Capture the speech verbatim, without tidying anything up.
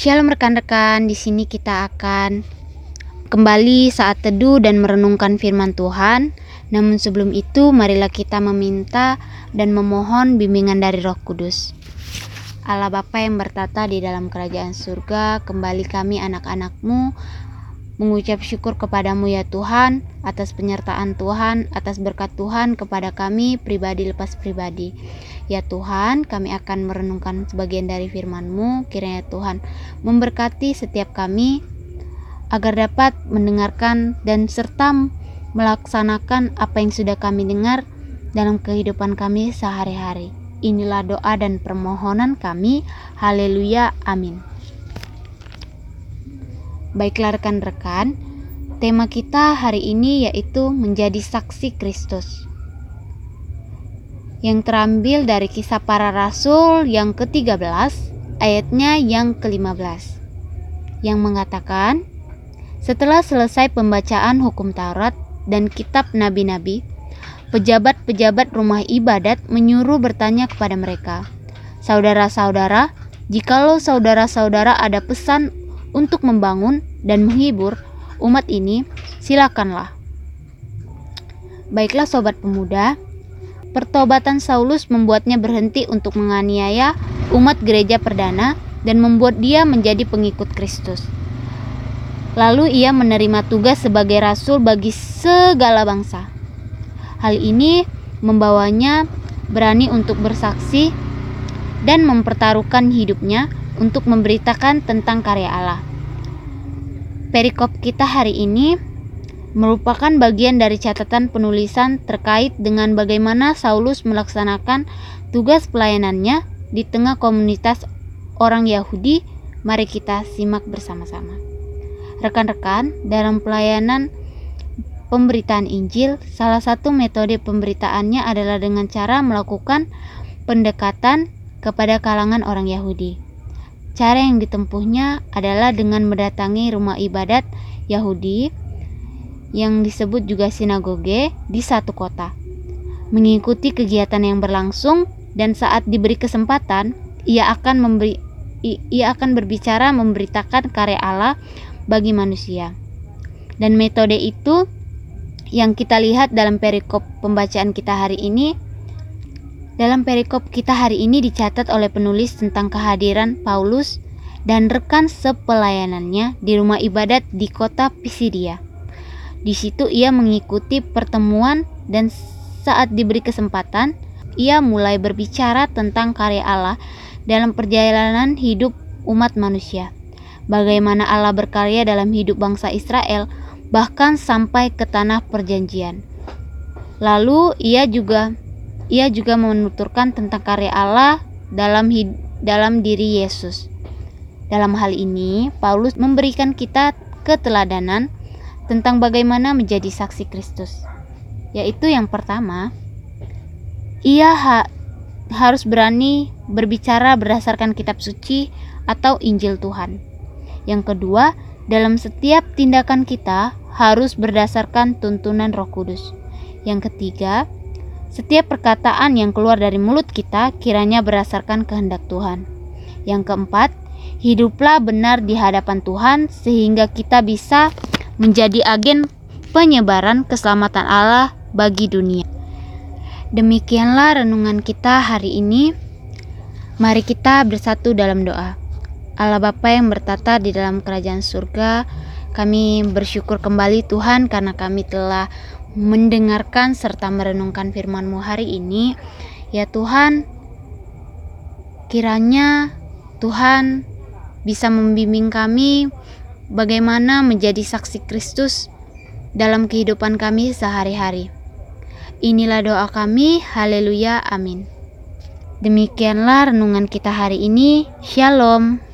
Shalom rekan-rekan, di sini kita akan kembali saat teduh dan merenungkan firman Tuhan. Namun sebelum itu, marilah kita meminta dan memohon bimbingan dari Roh Kudus. Allah Bapa yang bertata di dalam kerajaan surga, kembali kami anak-anak-Mu mengucap syukur kepadamu ya Tuhan, atas penyertaan Tuhan, atas berkat Tuhan kepada kami pribadi lepas pribadi. Ya Tuhan, kami akan merenungkan sebagian dari firman-Mu. Kiranya Tuhan memberkati setiap kami agar dapat mendengarkan dan serta melaksanakan apa yang sudah kami dengar dalam kehidupan kami sehari-hari. Inilah doa dan permohonan kami. Haleluya, amin. Baiklah rekan-rekan, tema kita hari ini yaitu menjadi saksi Kristus, yang terambil dari Kisah Para Rasul yang ketiga belas, ayatnya yang kelima belas, yang mengatakan, setelah selesai pembacaan hukum Taurat dan kitab nabi-nabi, pejabat-pejabat rumah ibadat menyuruh bertanya kepada mereka, "Saudara-saudara, jikalau saudara-saudara ada pesan untuk membangun dan menghibur umat ini, silakanlah." Baiklah sobat pemuda, pertobatan Saulus membuatnya berhenti untuk menganiaya umat gereja perdana dan membuat dia menjadi pengikut Kristus. Lalu ia menerima tugas sebagai rasul bagi segala bangsa. Hal ini membawanya berani untuk bersaksi dan mempertaruhkan hidupnya untuk memberitakan tentang karya Allah. Perikop kita hari ini merupakan bagian dari catatan penulisan terkait dengan bagaimana Saulus melaksanakan tugas pelayanannya di tengah komunitas orang Yahudi. Mari kita simak bersama-sama. Rekan-rekan, dalam pelayanan pemberitaan Injil, salah satu metode pemberitaannya adalah dengan cara melakukan pendekatan kepada kalangan orang Yahudi. Cara yang ditempuhnya adalah dengan mendatangi rumah ibadat Yahudi yang disebut juga sinagoge di satu kota, mengikuti kegiatan yang berlangsung, dan saat diberi kesempatan ia akan memberi ia akan berbicara memberitakan karya Allah bagi manusia. Dan metode itu yang kita lihat dalam perikop pembacaan kita hari ini. Dalam perikop kita hari ini dicatat oleh penulis tentang kehadiran Paulus dan rekan sepelayanannya di rumah ibadat di kota Pisidia. Di situ ia mengikuti pertemuan, dan saat diberi kesempatan, ia mulai berbicara tentang karya Allah dalam perjalanan hidup umat manusia. Bagaimana Allah berkarya dalam hidup bangsa Israel, bahkan sampai ke tanah perjanjian. Lalu ia juga Ia juga menuturkan tentang karya Allah dalam hid- dalam diri Yesus. Dalam hal ini, Paulus memberikan kita keteladanan tentang bagaimana menjadi saksi Kristus. Yaitu yang pertama, ia ha- harus berani berbicara berdasarkan kitab suci atau Injil Tuhan. Yang kedua, dalam setiap tindakan kita harus berdasarkan tuntunan Roh Kudus. Yang ketiga, setiap perkataan yang keluar dari mulut kita kiranya berdasarkan kehendak Tuhan. Yang keempat, hiduplah benar di hadapan Tuhan sehingga kita bisa menjadi agen penyebaran keselamatan Allah bagi dunia. Demikianlah renungan kita hari ini. Mari kita bersatu dalam doa. Allah Bapa yang bertata di dalam kerajaan surga, kami bersyukur kembali Tuhan karena kami telah mendengarkan serta merenungkan firman-Mu hari ini. Ya Tuhan, kiranya Tuhan bisa membimbing kami bagaimana menjadi saksi Kristus dalam kehidupan kami sehari-hari. Inilah doa kami. Haleluya, amin. Demikianlah renungan kita hari ini. Shalom.